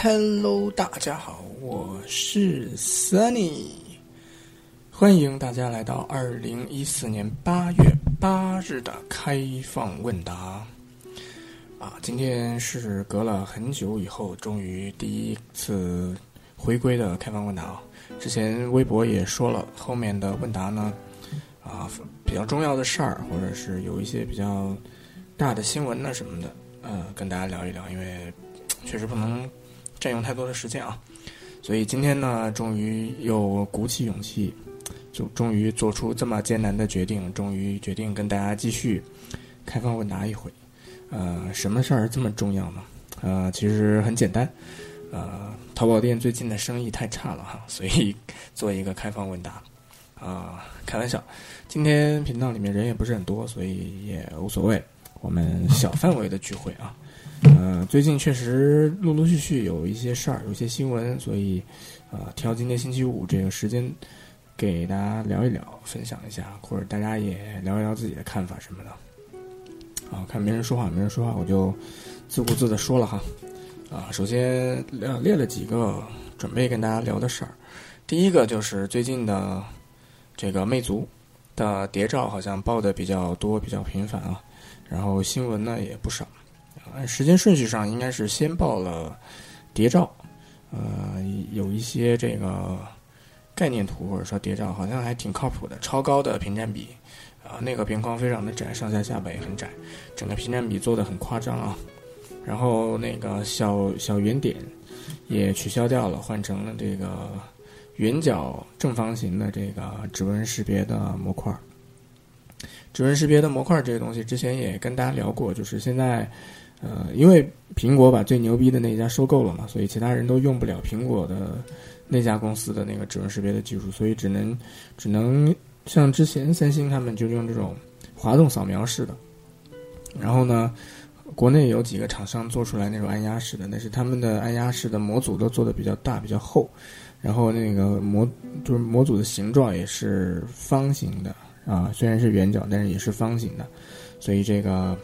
Hello， 大家好，我是 Sunny， 欢迎大家来到2014年8月8日的开放问答。今天是隔了很久以后，终于第一次回归的开放问答。之前微博也说了，后面的问答呢，比较重要的事儿，或者是有一些比较大的新闻呢什么的，跟大家聊一聊，因为确实不能占用太多的时间啊。所以今天呢，终于又鼓起勇气，就终于做出这么艰难的决定，终于决定跟大家继续开放问答一回。什么事儿这么重要呢？其实很简单，淘宝店最近的生意太差了哈，所以做一个开放问答。开玩笑，今天频道里面人也不是很多，所以也无所谓，我们小范围的聚会啊。最近确实陆陆续续有一些事儿，有一些新闻，所以挑今天星期五这个时间给大家聊一聊，分享一下，或者大家也聊一聊自己的看法什么的。看没人说话，我就自顾自的说了哈。首先列了几个准备跟大家聊的事儿。第一个就是最近的这个魅族的谍照好像报的比较多，比较频繁啊，然后新闻呢也不少。时间顺序上应该是先报了谍照，有一些这个概念图或者说谍照好像还挺靠谱的，超高的屏占比，那个边框非常的窄，上下下巴也很窄，整个屏占比做的很夸张啊。然后那个小圆点也取消掉了，换成了这个圆角正方形的这个指纹识别的模块。指纹识别的模块这个东西之前也跟大家聊过，就是现在因为苹果把最牛逼的那家收购了嘛，所以其他人都用不了苹果的那家公司的那个指纹识别的技术，所以只能像之前三星他们就用这种滑动扫描式的。然后呢，国内有几个厂商做出来那种按压式的，但是他们的按压式的模组都做的比较大比较厚，然后那个模组的形状也是方形的虽然是圆角，但是也是方形的，所以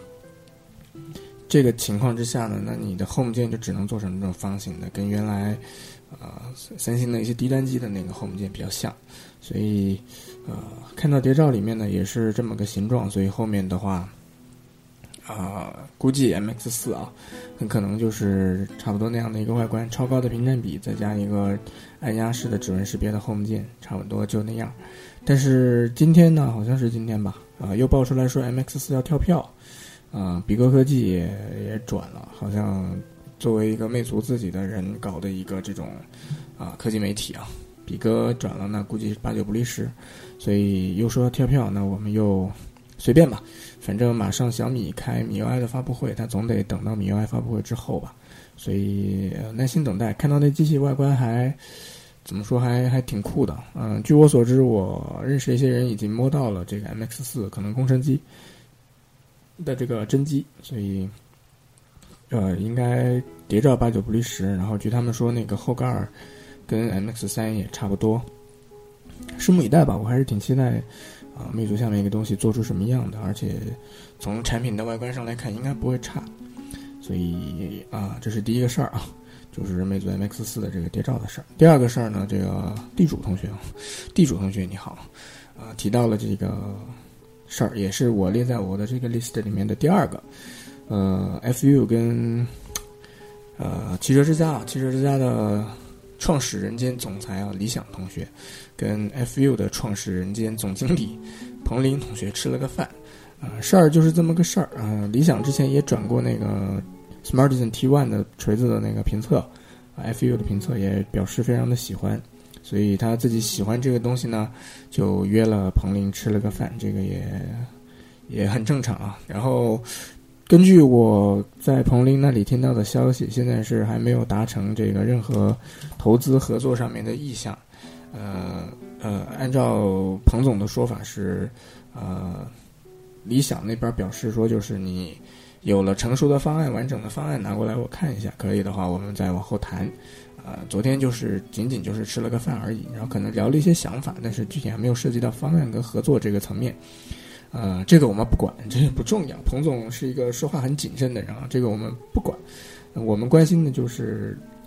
这个情况之下呢，那你的 Home 键就只能做成这种方形的，跟原来三星的一些低端机的那个 Home 键比较像，所以看到谍照里面呢也是这么个形状，所以后面的话估计 MX4 很可能就是差不多那样的一个外观，超高的屏占比，再加一个按压式的指纹识别的 Home 键，差不多就那样。但是今天呢，好像是今天吧，又爆出来说 MX4 要跳票，比格科技也转了，好像作为一个魅族自己的人搞的一个这种科技媒体比格转了，那估计8、9不离10，所以又说要跳票，那我们又随便吧，反正马上小米开米 UI 的发布会，它总得等到米 UI 发布会之后吧，所以耐心等待。看到那机器外观还怎么说还挺酷的，据我所知，我认识一些人已经摸到了这个 MX4 可能工程机的这个真机，所以应该谍照8、9不离10。然后据他们说，那个后盖跟 MX3 也差不多，拭目以待吧。我还是挺期待魅族下面一个东西做出什么样的，而且从产品的外观上来看，应该不会差。所以这是第一个事儿就是魅族 MX4 的这个谍照的事儿。第二个事儿呢，这个地主同学你好，提到了这个事儿，也是我列在我的这个 list 里面的第二个。FU 跟汽车之家的创始人兼总裁李想同学，跟 FU 的创始人兼总经理彭林同学吃了个饭。事儿就是这么个事儿李想之前也转过那个 Smartisan T1 的锤子的那个评测，FU 的评测也表示非常的喜欢，所以他自己喜欢这个东西呢，就约了彭林吃了个饭，这个也很正常然后根据我在彭林那里听到的消息，现在是还没有达成这个任何投资合作上面的意向。按照彭总的说法是，理想那边表示说，就是你有了成熟的方案、完整的方案拿过来我看一下，可以的话我们再往后谈。昨天仅仅就是吃了个饭而已，然后可能聊了一些想法，但是具体还没有涉及到方案跟合作这个层面。这个我们不管，这个不重要。彭总是一个说话很谨慎的人这个我们不管。我们关心的就是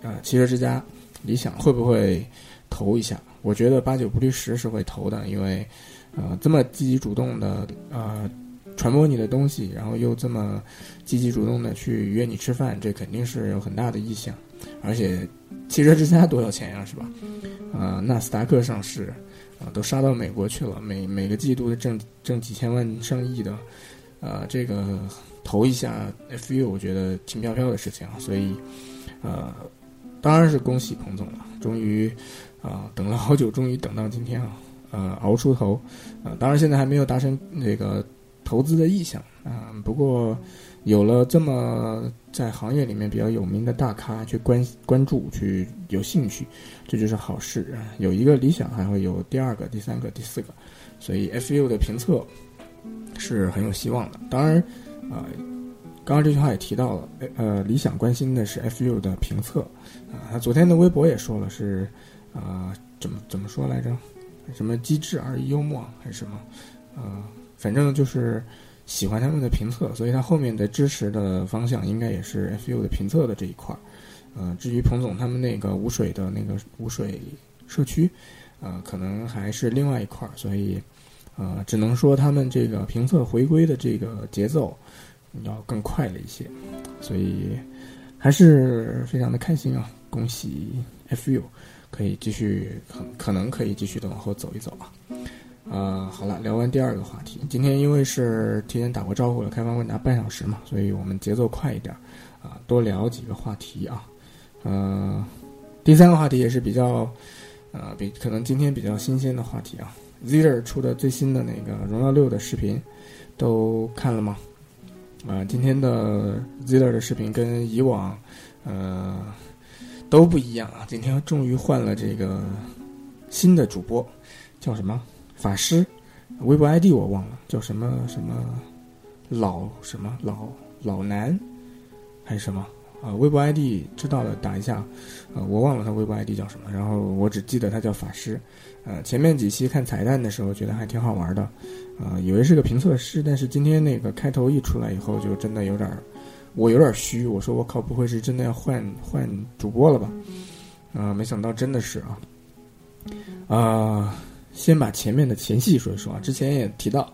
汽车之家、理想会不会投一下？我觉得8、9不离10是会投的，因为这么积极主动的传播你的东西，然后又这么积极主动的去约你吃饭，这肯定是有很大的意向。而且汽车之家多少钱呀，是吧？纳斯达克上市都杀到美国去了，每个季度的挣几千万上亿的，这个投一下 FU 我觉得轻飘飘的事情啊，所以当然是恭喜彭总了，终于等了好久，终于等到今天熬出头当然现在还没有达成这个投资的意向不过有了这么在行业里面比较有名的大咖去关注，去有兴趣，这就是好事有一个理想，还会有第2个、第3个、第4个，所以 FU 的评测是很有希望的。当然刚刚这句话也提到了理想关心的是 FU 的评测他昨天的微博也说了是怎么说来着，什么机智而幽默还是什么反正就是喜欢他们的评测，所以他后面的支持的方向应该也是 FU 的评测的这一块至于彭总他们那个无水的那个无水社区可能还是另外一块，所以只能说他们这个评测回归的这个节奏要更快了一些，所以还是非常的开心恭喜 FU 可以继续可能可以继续的往后走一走好了，聊完第2个话题。今天因为是提前打过招呼了，开放问答半小时嘛，所以我们节奏快一点多聊几个话题第3个话题也是比较可能今天比较新鲜的话题Ziller 出的最新的那个荣耀6的视频都看了吗？今天的 Ziller 的视频跟以往都不一样今天终于换了这个新的主播，叫什么法师，微博 ID 我忘了，叫什么老男还是什么微博 ID 知道了打一下我忘了他微博 ID 叫什么，然后我只记得他叫法师前面几期看彩蛋的时候觉得还挺好玩的以为是个评测师，但是今天那个开头一出来以后就真的有点虚，我说我靠，不会是真的要换主播了吧没想到真的是先把前面的前戏说一说之前也提到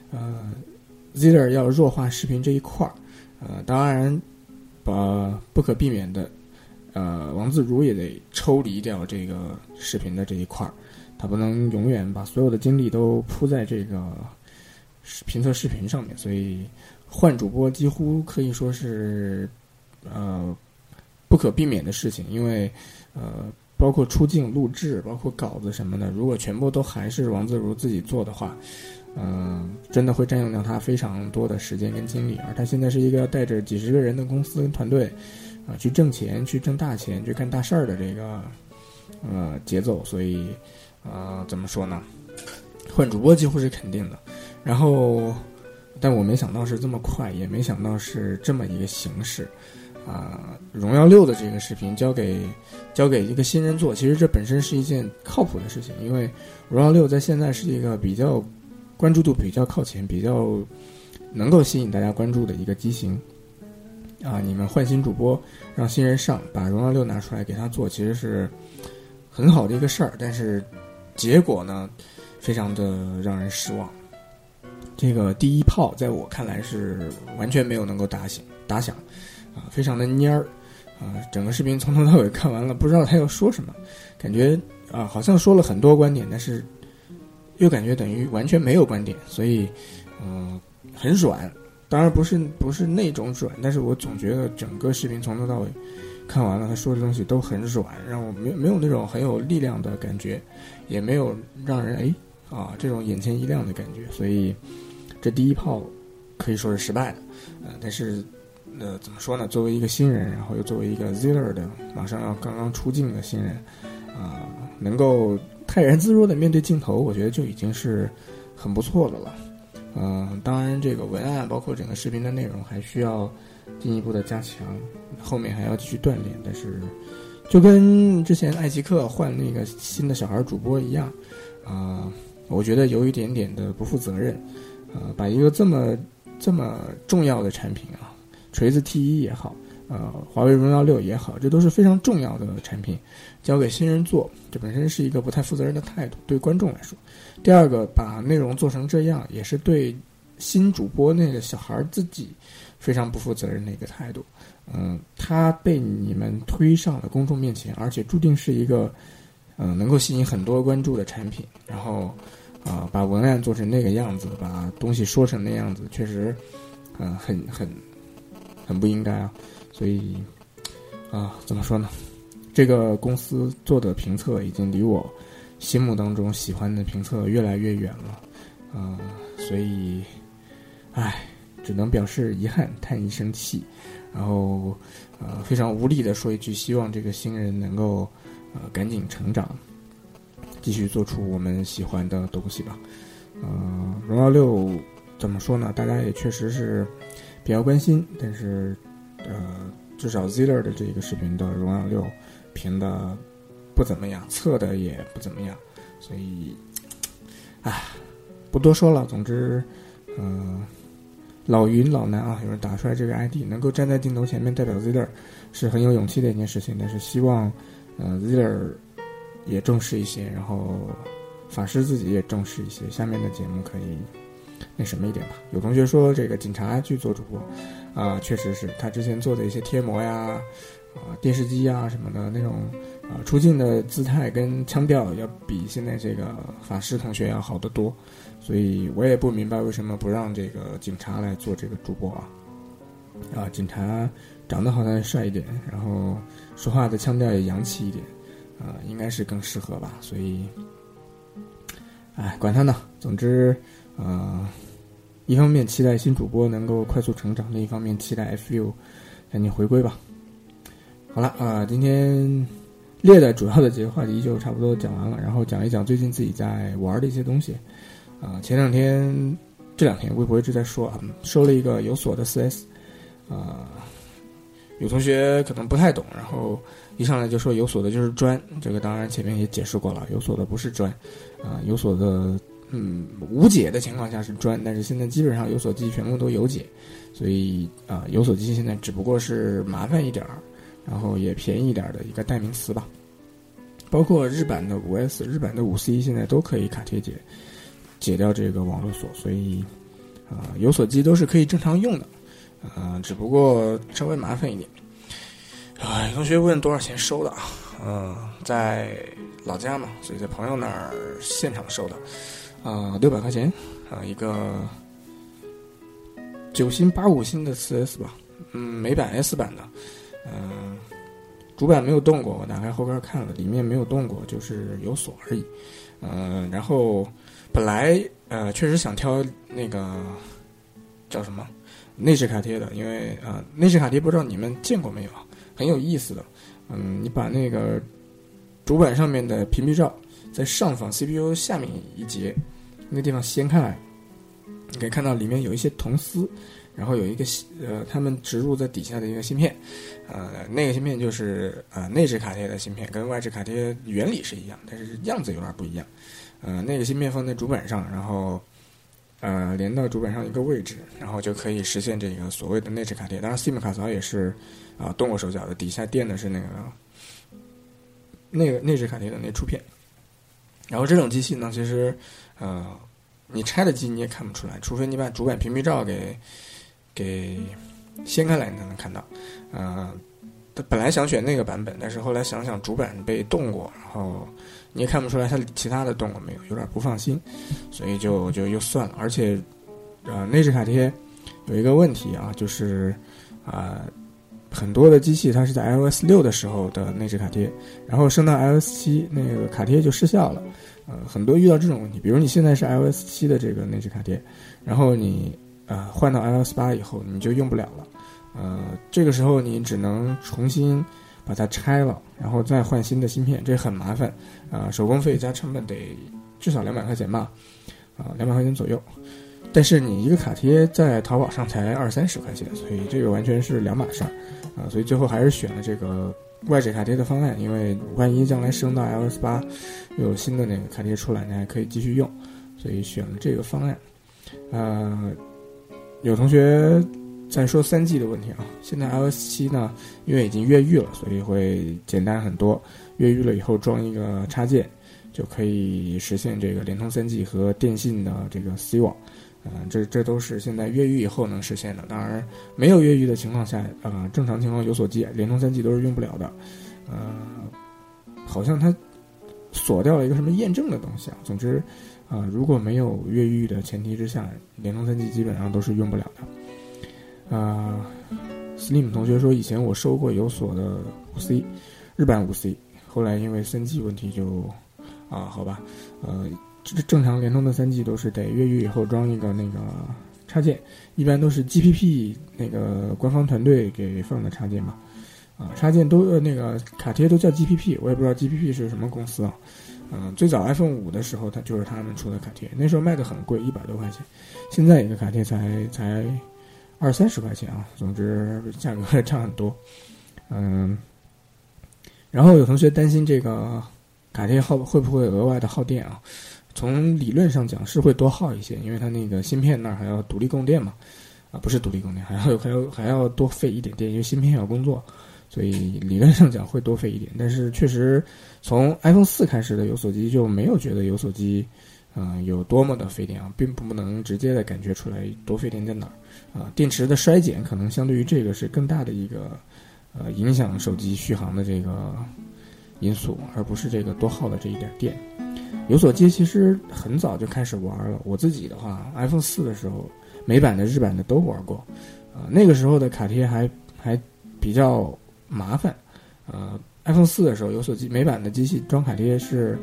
Ziller 要弱化视频这一块当然不可避免的王自如也得抽离掉这个视频的这一块，他不能永远把所有的精力都扑在这个评测视频上面，所以换主播几乎可以说是不可避免的事情，因为包括出镜录制包括稿子什么的，如果全部都还是王自如自己做的话真的会占用掉他非常多的时间跟精力，而他现在是一个要带着几十个人的公司跟团队去挣钱，去挣大钱，去干大事儿的这个节奏，所以怎么说呢，换主播几乎是肯定的。然后但我没想到是这么快，也没想到是这么一个形式荣耀6的这个视频交给一个新人做，其实这本身是一件靠谱的事情，因为荣耀6在现在是一个比较关注度比较靠前，比较能够吸引大家关注的一个机型你们换新主播让新人上，把荣耀6拿出来给他做，其实是很好的一个事儿，但是结果呢非常的让人失望。这个第一炮在我看来是完全没有能够打响非常的蔫儿整个视频从头到尾看完了，不知道他要说什么，感觉好像说了很多观点，但是又感觉等于完全没有观点，所以很软。当然不是那种软，但是我总觉得整个视频从头到尾看完了，他说的东西都很软，让我没有那种很有力量的感觉，也没有让人这种眼前一亮的感觉，所以这第一炮可以说是失败的但是怎么说呢，作为一个新人，然后又作为一个 Ziller 的马上要刚刚出镜的新人能够泰然自若的面对镜头，我觉得就已经是很不错的了当然这个文案包括整个视频的内容还需要进一步的加强，后面还要继续锻炼，但是就跟之前艾奇克换那个新的小孩主播一样我觉得有一点点的不负责任把一个这么重要的产品锤子 T1 也好华为荣耀6也好，这都是非常重要的产品，交给新人做，这本身是一个不太负责任的态度，对观众来说。第二个，把内容做成这样，也是对新主播那个小孩自己非常不负责任的一个态度。他被你们推上了公众面前，而且注定是一个能够吸引很多关注的产品，然后把文案做成那个样子，把东西说成那样子，确实很不应该啊。所以怎么说呢，这个公司做的评测已经离我心目当中喜欢的评测越来越远了，所以只能表示遗憾，叹一声气，然后非常无力的说一句，希望这个新人能够赶紧成长，继续做出我们喜欢的东西吧。荣耀6怎么说呢？大家也确实是比较关心，但是至少 Ziller 的这个视频的荣耀6评的不怎么样，测的也不怎么样，所以不多说了。总之老云老南啊，有人打出来这个 ID 能够站在镜头前面代表 Ziller 是很有勇气的一件事情，但是希望Ziller 也重视一些，然后法师自己也重视一些，下面的节目可以那什么一点吧。有同学说这个警察去做主播确实是他之前做的一些贴膜呀电视机呀什么的那种出镜的姿态跟腔调要比现在这个法师同学要好得多，所以我也不明白为什么不让这个警察来做这个主播警察长得好像帅一点，然后说话的腔调也洋气一点应该是更适合吧。所以管他呢，总之一方面期待新主播能够快速成长，另一方面期待 FU 赶紧回归吧。好了今天列的主要的几个话题就差不多讲完了，然后讲一讲最近自己在玩的一些东西这两天微博一直在说收了一个有锁的 4S有同学可能不太懂，然后一上来就说有锁的就是砖，这个当然前面也解释过了，有锁的不是砖有锁的无解的情况下是砖，但是现在基本上有锁机全部都有解，所以有锁机现在只不过是麻烦一点然后也便宜一点的一个代名词吧。包括日版的 5S 日版的 5C 现在都可以卡贴解掉这个网络锁，所以有锁机都是可以正常用的只不过稍微麻烦一点有同学问多少钱收的在老家嘛，所以在朋友那儿现场收的600块钱一个9星85星的 4S 吧美版 S 版的主板没有动过，我打开后盖看了，里面没有动过，就是有锁而已然后本来确实想挑那个叫什么内置卡贴的，因为内置卡贴不知道你们见过没有，很有意思的你把那个主板上面的屏蔽罩在上方 CPU 下面一节那个地方掀开来，你可以看到里面有一些铜丝，然后有一个他们植入在底下的一个芯片那个芯片就是内置卡贴的芯片，跟外置卡贴原理是一样，但是样子有点不一样那个芯片放在主板上，然后连到主板上一个位置，然后就可以实现这个所谓的内置卡贴。当然 SIM 卡槽也是动过手脚的，底下垫的是那个内置卡贴的那出片。然后这种机器呢，其实你拆了机你也看不出来，除非你把主板屏蔽罩给掀开来你才能看到本来想选那个版本，但是后来想想主板被动过，然后你也看不出来它其他的动过没有，有点不放心，所以就又算了。而且内置卡贴有一个问题就是很多的机器它是在 iOS 6的时候的内置卡贴，然后升到 iOS 7那个卡贴就失效了很多遇到这种问题，比如你现在是 iOS 7的这个内置卡贴，然后你换到 iOS 8以后你就用不了了这个时候你只能重新把它拆了，然后再换新的芯片，这很麻烦手工费加成本得至少200块钱吧200块钱左右，但是你一个卡贴在淘宝上才20-30块钱，所以这个完全是两码事所以最后还是选了这个外置卡贴的方案，因为万一将来升到 iOS 8又有新的那个卡贴出来，你还可以继续用，所以选了这个方案有同学再说3G 的问题啊，现在 iOS 7呢，因为已经越狱了，所以会简单很多。越狱了以后装一个插件，就可以实现这个联通3G 和电信的这个 C 网。这都是现在越狱以后能实现的。当然，没有越狱的情况下，正常情况有锁机，联通3G 都是用不了的。好像它锁掉了一个什么验证的东西啊。总之，如果没有越狱的前提之下，联通3G 基本上都是用不了的。Slim 同学说，以前我收过有锁的5C， 日版5C， 后来因为3G 问题就，好吧，正常联通的3G 都是得越狱以后装一个那个插件，一般都是 GPP 那个官方团队给放的插件嘛。插件都那个卡贴都叫 GPP， 我也不知道 GPP 是什么公司啊。最早 iPhone 5的时候，它就是他们出的卡贴，那时候卖的很贵，100多块钱。现在一个卡贴才20-30块钱啊，总之价格差很多。然后有同学担心这个卡贴会不会额外的耗电啊？从理论上讲是会多耗一些，因为它那个芯片那儿还要独立供电嘛，不是独立供电，还要多费一点电，因为芯片要工作，所以理论上讲会多费一点。但是确实从 iPhone 4开始的有锁机就没有觉得有锁机有多么的费电啊，并不能直接的感觉出来多费电在哪儿电池的衰减可能相对于这个是更大的一个影响手机续航的这个因素，而不是这个多耗的这一点电。有锁机其实很早就开始玩了，我自己的话 iPhone 4的时候美版的日版的都玩过，那个时候的卡贴还比较麻烦。iPhone 4的时候有锁机美版的机器装卡贴是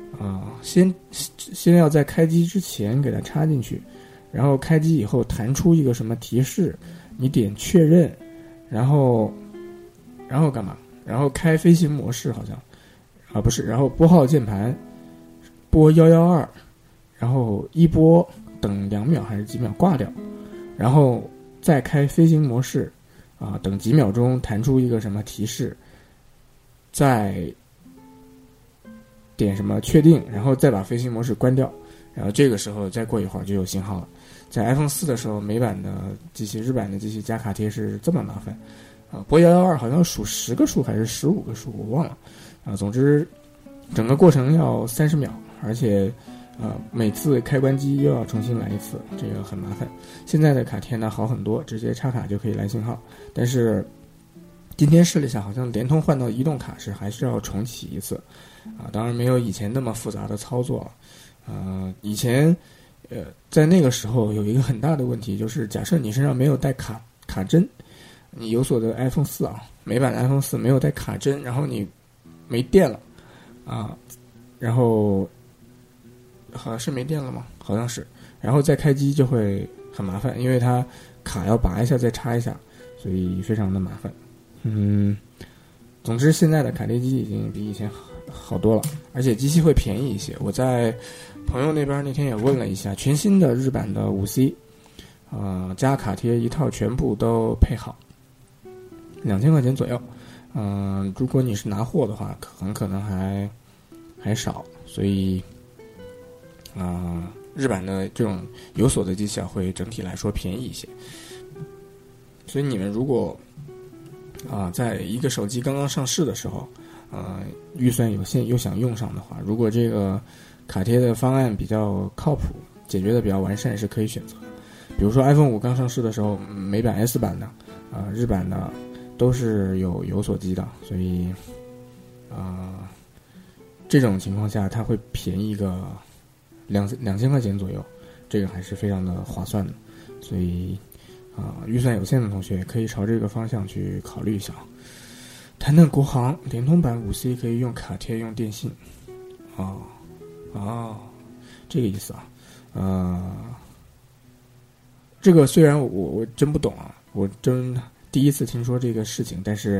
先要在开机之前给它插进去，然后开机以后弹出一个什么提示，你点确认，然后干嘛？然后开飞行模式好像不是，然后拨号键盘拨112，然后一拨等2秒还是几秒挂掉，然后再开飞行模式等几秒钟弹出一个什么提示，再点什么确定，然后再把飞行模式关掉，然后这个时候再过一会儿就有信号了。在 iPhone 4的时候，美版的机器、日版的机器加卡贴是这么麻烦拨112好像数10个数还是15个数，我忘了总之整个过程要30秒，而且每次开关机又要重新来一次，这个很麻烦。现在的卡贴呢好很多，直接插卡就可以来信号，但是今天试了一下，好像联通换到移动卡时还是要重启一次当然没有以前那么复杂的操作了。以前在那个时候有一个很大的问题，就是假设你身上没有带卡针，你有锁的 iPhone 4美版的 iPhone 4没有带卡针，然后你没电了然后好像是没电了吗？好像是，然后再开机就会很麻烦，因为它卡要拔一下再插一下，所以非常的麻烦。总之现在的卡贴机已经比以前好多了，而且机器会便宜一些。我在朋友那边那天也问了一下，全新的日版的5C加卡贴一套全部都配好，2000块钱左右。如果你是拿货的话，很可能还少，所以日版的这种有锁的机器会整体来说便宜一些。所以你们如果在一个手机刚刚上市的时候预算有限又想用上的话，如果这个卡贴的方案比较靠谱，解决的比较完善，是可以选择的。比如说 iPhone 5刚上市的时候，美版 S 版的日版的都是有锁机的，所以这种情况下它会便宜个2000块钱左右，这个还是非常的划算的。所以预算有限的同学可以朝这个方向去考虑一下。谈谈国行联通版5C可以用卡贴用电信这个意思这个虽然我真不懂我真第一次听说这个事情，但是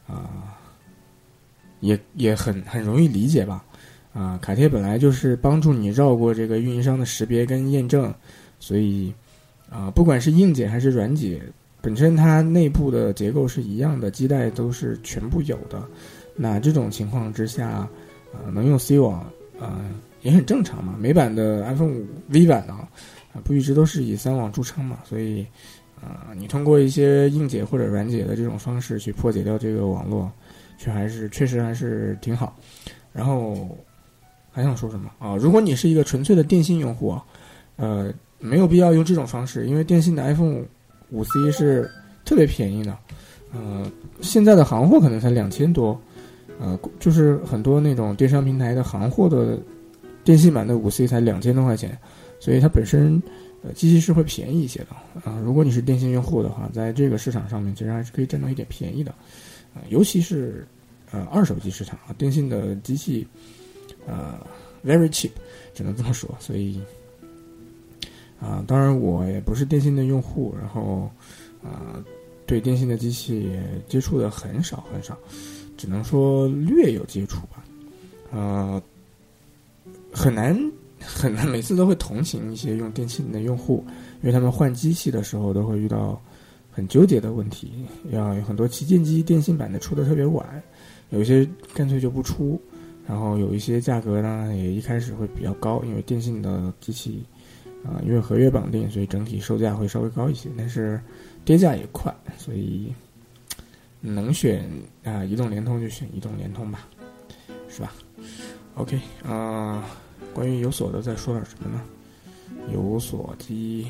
也很容易理解吧。卡贴本来就是帮助你绕过这个运营商的识别跟验证，所以不管是硬解还是软解，本身它内部的结构是一样的，基带都是全部有的。那这种情况之下能用 C 网也很正常嘛。美版的 iPhone 5 V 版不一直都是以3网著称嘛，所以你通过一些硬解或者软解的这种方式去破解掉这个网络，确实还是挺好。然后还想说什么啊？如果你是一个纯粹的电信用户没有必要用这种方式，因为电信的 iPhone 5C 是特别便宜的，现在的行货可能才2000多，就是很多那种电商平台的行货的电信版的5C 才2000多块钱，所以它本身机器是会便宜一些的如果你是电信用户的话，在这个市场上面其实还是可以占到一点便宜的，尤其是二手机市场电信的机器very cheap， 只能这么说。所以当然我也不是电信的用户，然后对电信的机器也接触的很少，只能说略有接触吧。很难每次都会同情一些用电信的用户，因为他们换机器的时候都会遇到很纠结的问题，有很多旗舰机电信版的出的特别晚，有一些干脆就不出，然后有一些价格呢也一开始会比较高，因为电信的机器因为合约绑定，所以整体售价会稍微高一些，但是跌价也快，所以能选移动联通就选移动联通吧，是吧 ？OK 关于有锁的再说点什么呢？有锁机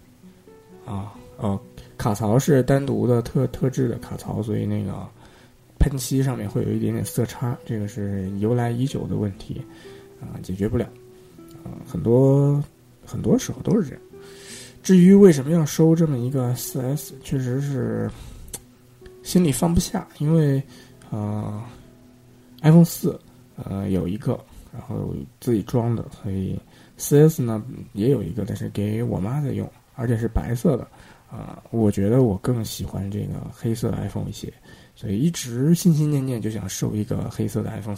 卡槽是单独的特制的卡槽，所以那个喷漆上面会有一点点色差，这个是由来已久的问题解决不了很多时候都是这样。至于为什么要收这么一个 4S， 确实是心里放不下，因为iPhone 4有一个，然后自己装的，所以 4S 呢也有一个，但是给我妈在用，而且是白色的我觉得我更喜欢这个黑色的 iPhone 一些，所以一直心心念念就想收一个黑色的 iPhone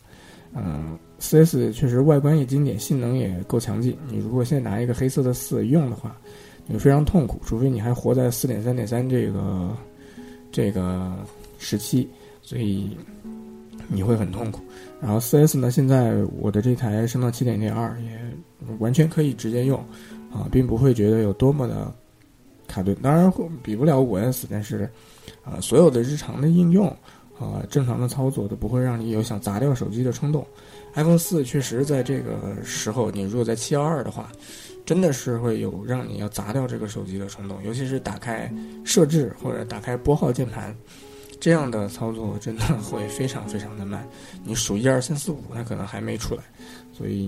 4S。4S 确实外观也经典，性能也够强劲。你如果现在拿一个黑色的4用的话，你非常痛苦，除非你还活在 4.3.3 这个时期，所以你会很痛苦。然后 4S 呢，现在我的这台升到 7.2 也完全可以直接用并不会觉得有多么的卡顿，当然比不了 5S， 但是所有的日常的应用正常的操作都不会让你有想砸掉手机的冲动。iPhone 4确实在这个时候，你如果在712的话，真的是会有让你要砸掉这个手机的冲动，尤其是打开设置或者打开拨号键盘，这样的操作真的会非常非常的慢，你数1、2、3、4、5它可能还没出来，所以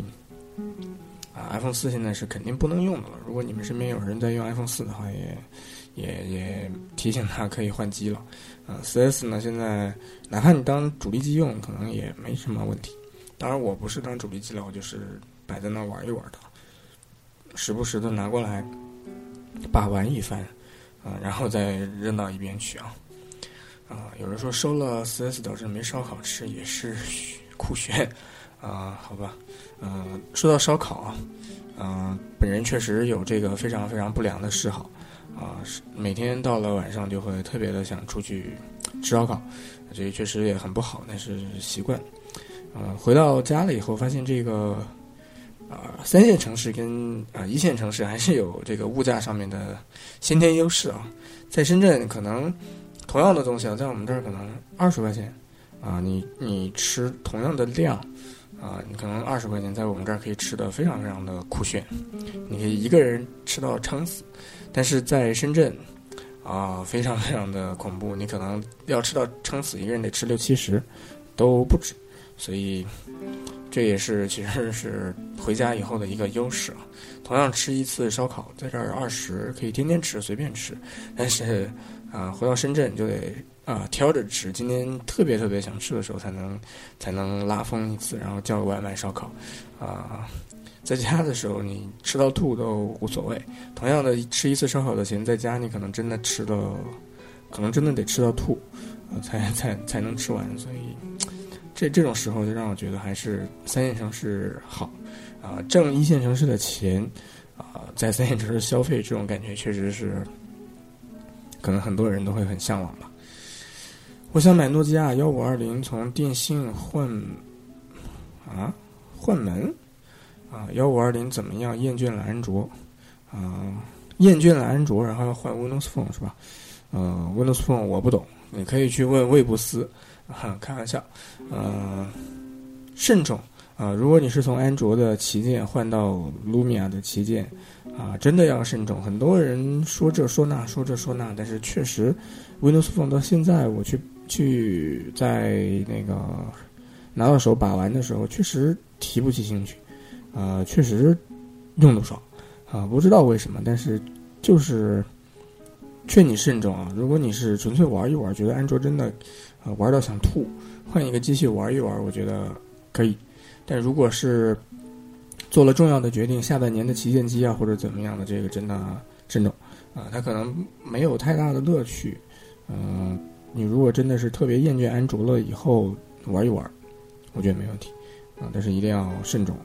iPhone 4现在是肯定不能用的了。如果你们身边有人在用 iPhone 4的话，也提醒他可以换机了。4S 呢，现在哪怕你当主力机用，可能也没什么问题。当然我不是当主力机了，我就是摆在那玩一玩的，时不时的拿过来把玩一番然后再扔到一边去有人说收了 4S 导致没烧烤吃，也是酷炫好吧。说到烧烤本人确实有这个非常非常不良的嗜好每天到了晚上就会特别的想出去吃烧烤，这确实也很不好，但是习惯。回到家了以后，发现这个三线城市跟一线城市还是有这个物价上面的先天优势在深圳可能同样的东西在我们这儿可能20块钱你吃同样的量你可能20块钱在我们这儿可以吃的非常非常的酷炫，你可以一个人吃到撑死。但是在深圳非常非常的恐怖，你可能要吃到撑死，一个人得吃60-70都不止。所以这也是其实是回家以后的一个优势同样吃一次烧烤，在这儿20可以天天吃，随便吃。但是回到深圳就得挑着吃，今天特别特别想吃的时候才能拉风一次，然后叫个外卖烧烤在家的时候你吃到吐都无所谓，同样的吃一次烧烤的钱，在家你可能真的得吃到吐才能吃完。所以这种时候就让我觉得还是三线城市好挣一线城市的钱在三线城市消费，这种感觉确实是可能很多人都会很向往吧。我想买诺基亚1520从电信换门1520怎么样？厌倦了安卓厌倦了安卓，然后要换 Windows Phone 是吧？Windows Phone 我不懂，你可以去问魏布斯，开玩笑，慎重如果你是从安卓的旗舰换到 Lumia 的旗舰真的要慎重。很多人说这说那，说这说那，但是确实 Windows Phone 到现在我去在那个拿到手把玩的时候，确实提不起兴趣，确实用得爽不知道为什么，但是就是劝你慎重如果你是纯粹玩一玩，觉得安卓真的玩到想吐，换一个机器玩一玩，我觉得可以。但如果是做了重要的决定，下半年的旗舰机或者怎么样的，这个真的慎重它可能没有太大的乐趣。你如果真的是特别厌倦安卓了以后玩一玩，我觉得没问题但是一定要慎重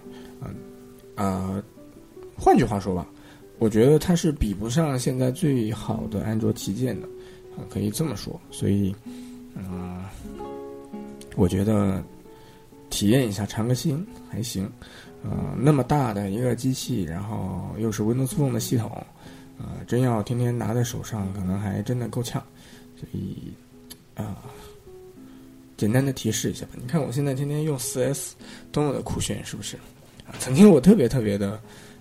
换句话说吧，我觉得它是比不上现在最好的安卓旗舰的可以这么说。所以我觉得体验一下，尝个新还行那么大的一个机器，然后又是 Windows Phone 的系统真要天天拿在手上，可能还真的够呛。所以简单的提示一下吧。你看我现在天天用 4S 多么的酷炫，是不是曾经我特别的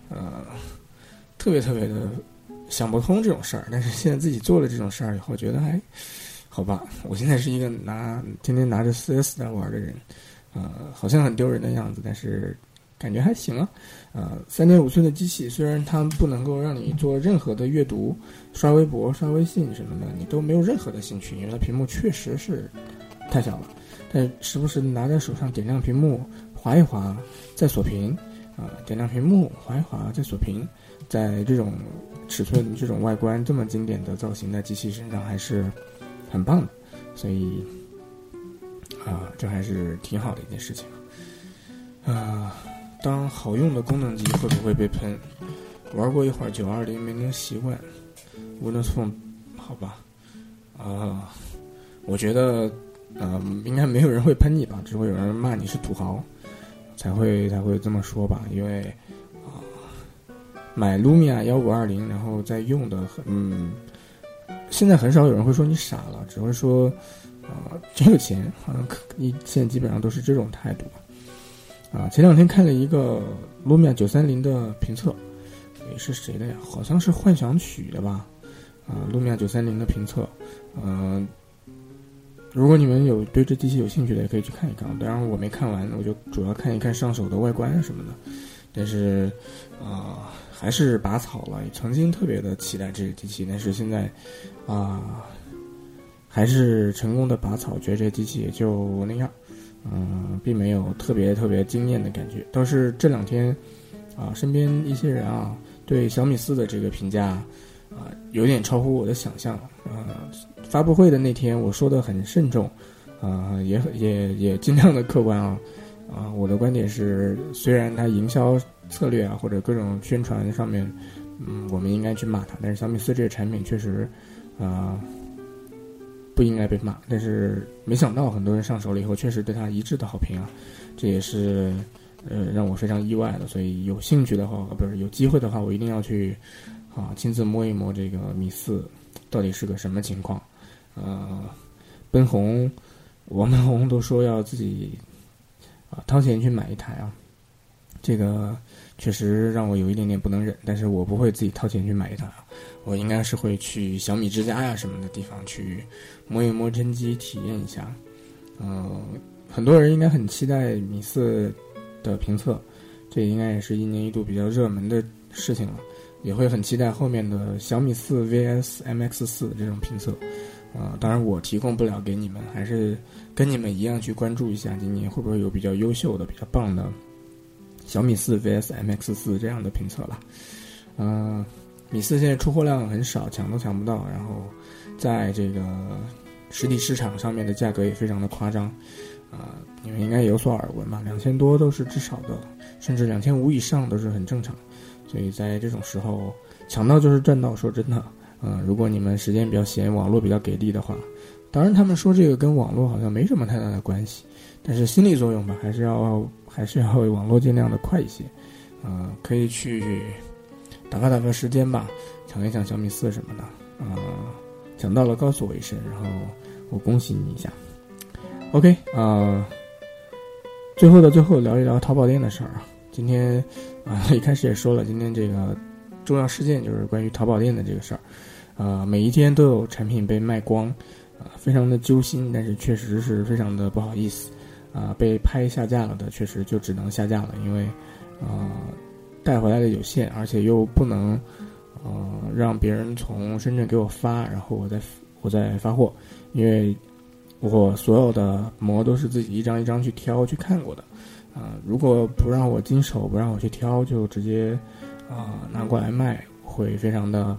想不通这种事儿，但是现在自己做了这种事儿以后，觉得还好吧。我现在是一个天天拿着 4S 在玩的人好像很丢人的样子，但是感觉还行3.5寸的机器，虽然它不能够让你做任何的阅读，刷微博刷微信什么的你都没有任何的兴趣，因为它屏幕确实是太小了，但时不时拿在手上点亮屏幕滑一滑再锁屏点亮屏幕滑一滑再锁屏，在这种尺寸这种外观这么经典的造型的机器身上还是很棒的。所以这还是挺好的一件事情当好用的功能机会不会被喷？玩过一会儿920没能习惯 Windows Phone 好吧我觉得应该没有人会喷你吧，只会有人骂你是土豪才会这么说吧。因为买 Lumia 1520然后再用的现在很少有人会说你傻了，只会说真有钱，好像现在基本上都是这种态度前两天看了一个 Lumia 930的评测，也是谁的呀？好像是幻想曲的吧Lumia 930的评测如果你们有对这机器有兴趣的，也可以去看一看。当然我没看完，我就主要看一看上手的外观什么的。但是还是拔草了。曾经特别的期待这个机器，但是现在还是成功的拔草，觉得这机器也就那样。并没有特别惊艳的感觉。倒是这两天身边一些人对小米4的这个评价有点超乎我的想象发布会的那天我说的很慎重也尽量的客观我的观点是，虽然它营销策略或者各种宣传上面我们应该去骂它，但是小米4这个产品确实不应该被骂。但是没想到很多人上手了以后确实对它一致的好评这也是让我非常意外的。所以有兴趣的话有机会的话，我一定要去亲自摸一摸这个米4到底是个什么情况。奔红王奔红都说要自己掏钱去买一台这个确实让我有一点点不能忍，但是我不会自己掏钱去买一台我应该是会去小米之家什么的地方去摸一摸真机，体验一下。很多人应该很期待米4的评测，这应该也是一年一度比较热门的事情了，也会很期待后面的小米4 vs MX4 这种评测。当然我提供不了给你们，还是跟你们一样去关注一下今年会不会有比较优秀的比较棒的小米4 vs MX4 这样的评测了。米4现在出货量很少，抢都抢不到，然后在这个实体市场上面的价格也非常的夸张你们应该有所耳闻吧，2000多都是至少的，甚至2500以上都是很正常。所以在这种时候抢到就是赚到，说真的如果你们时间比较闲，网络比较给力的话，当然他们说这个跟网络好像没什么太大的关系，但是心理作用吧，还是要网络尽量的快一些可以去打发时间吧，抢一抢小米4什么的抢到了告诉我一声，然后我恭喜你一下。OK 最后的最后聊一聊淘宝店的事儿啊。今天一开始也说了，今天这个重要事件就是关于淘宝店的这个事儿每一天都有产品被卖光非常的揪心，但是确实是非常的不好意思被拍下架了的确实就只能下架了，因为带回来的有限，而且又不能让别人从深圳给我发，然后我再发货，因为我所有的膜都是自己一张一张去挑去看过的如果不让我经手，不让我去挑，就直接拿过来卖，会非常的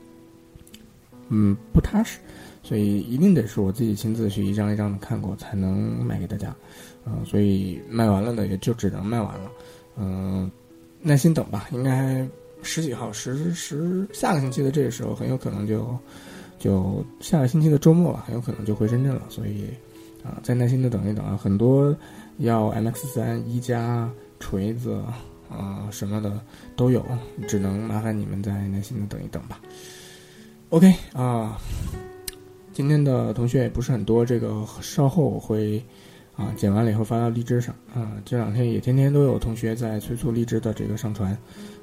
不踏实，所以一定得是我自己亲自去一张一张的看过才能卖给大家所以卖完了的也就只能卖完了耐心等吧，应该10几号下个星期的这个时候很有可能就下个星期的周末很有可能就回深圳了，所以再耐心的等一等很多要 MX3 1加锤子什么的都有，只能麻烦你们再耐心的等一等吧。 OK 今天的同学也不是很多，这个稍后我会剪完了以后发到荔枝上这2天也天天都有同学在催促荔枝的这个上传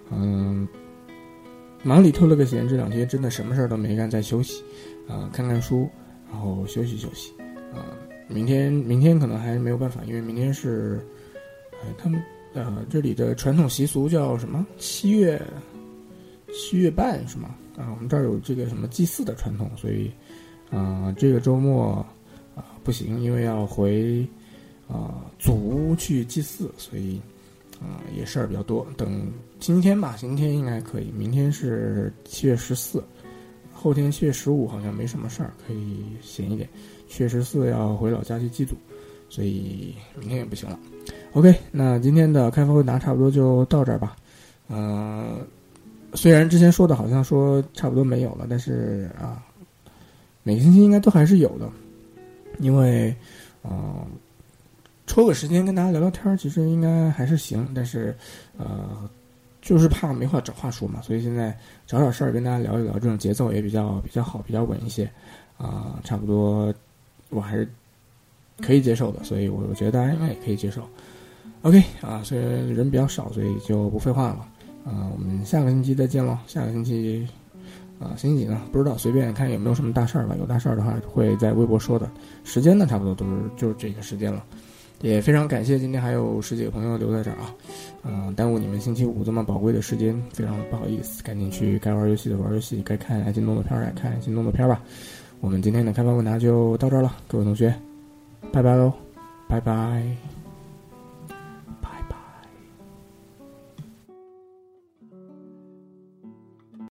忙里偷了个闲，这2天真的什么事儿都没干，在休息看看书，然后休息休息明天可能还没有办法，因为明天是他们这里的传统习俗叫什么七月半是吗我们这儿有这个什么祭祀的传统，所以这个周末不行，因为要回祖屋去祭祀，所以也事儿比较多，等星期天吧，星期天应该可以，明天是7月14，后天7月15好像没什么事儿，可以闲一点，7月14要回老家去祭祖，所以明天也不行了。 OK 那今天的开发问答差不多就到这儿吧虽然之前说的好像说差不多没有了，但是每个星期应该都还是有的，因为抽个时间跟大家聊聊天其实应该还是行，但是就是怕没话找话说嘛，所以现在找点事儿跟大家聊一聊，这种节奏也比较好，比较稳一些差不多我还是可以接受的，所以我觉得大家应该也可以接受。 OK 虽然人比较少，所以就不废话了我们下个星期再见咯，下个星期星期几呢？不知道，随便看有没有什么大事儿吧。有大事儿的话会在微博说的。时间呢，差不多就是这个时间了。也非常感谢今天还有10几个朋友留在这儿耽误你们星期五这么宝贵的时间，非常不好意思。赶紧去该玩游戏的玩游戏，该看爱心动作片来看爱心动作片吧。我们今天的开放问答就到这儿了，各位同学，拜拜喽，拜拜。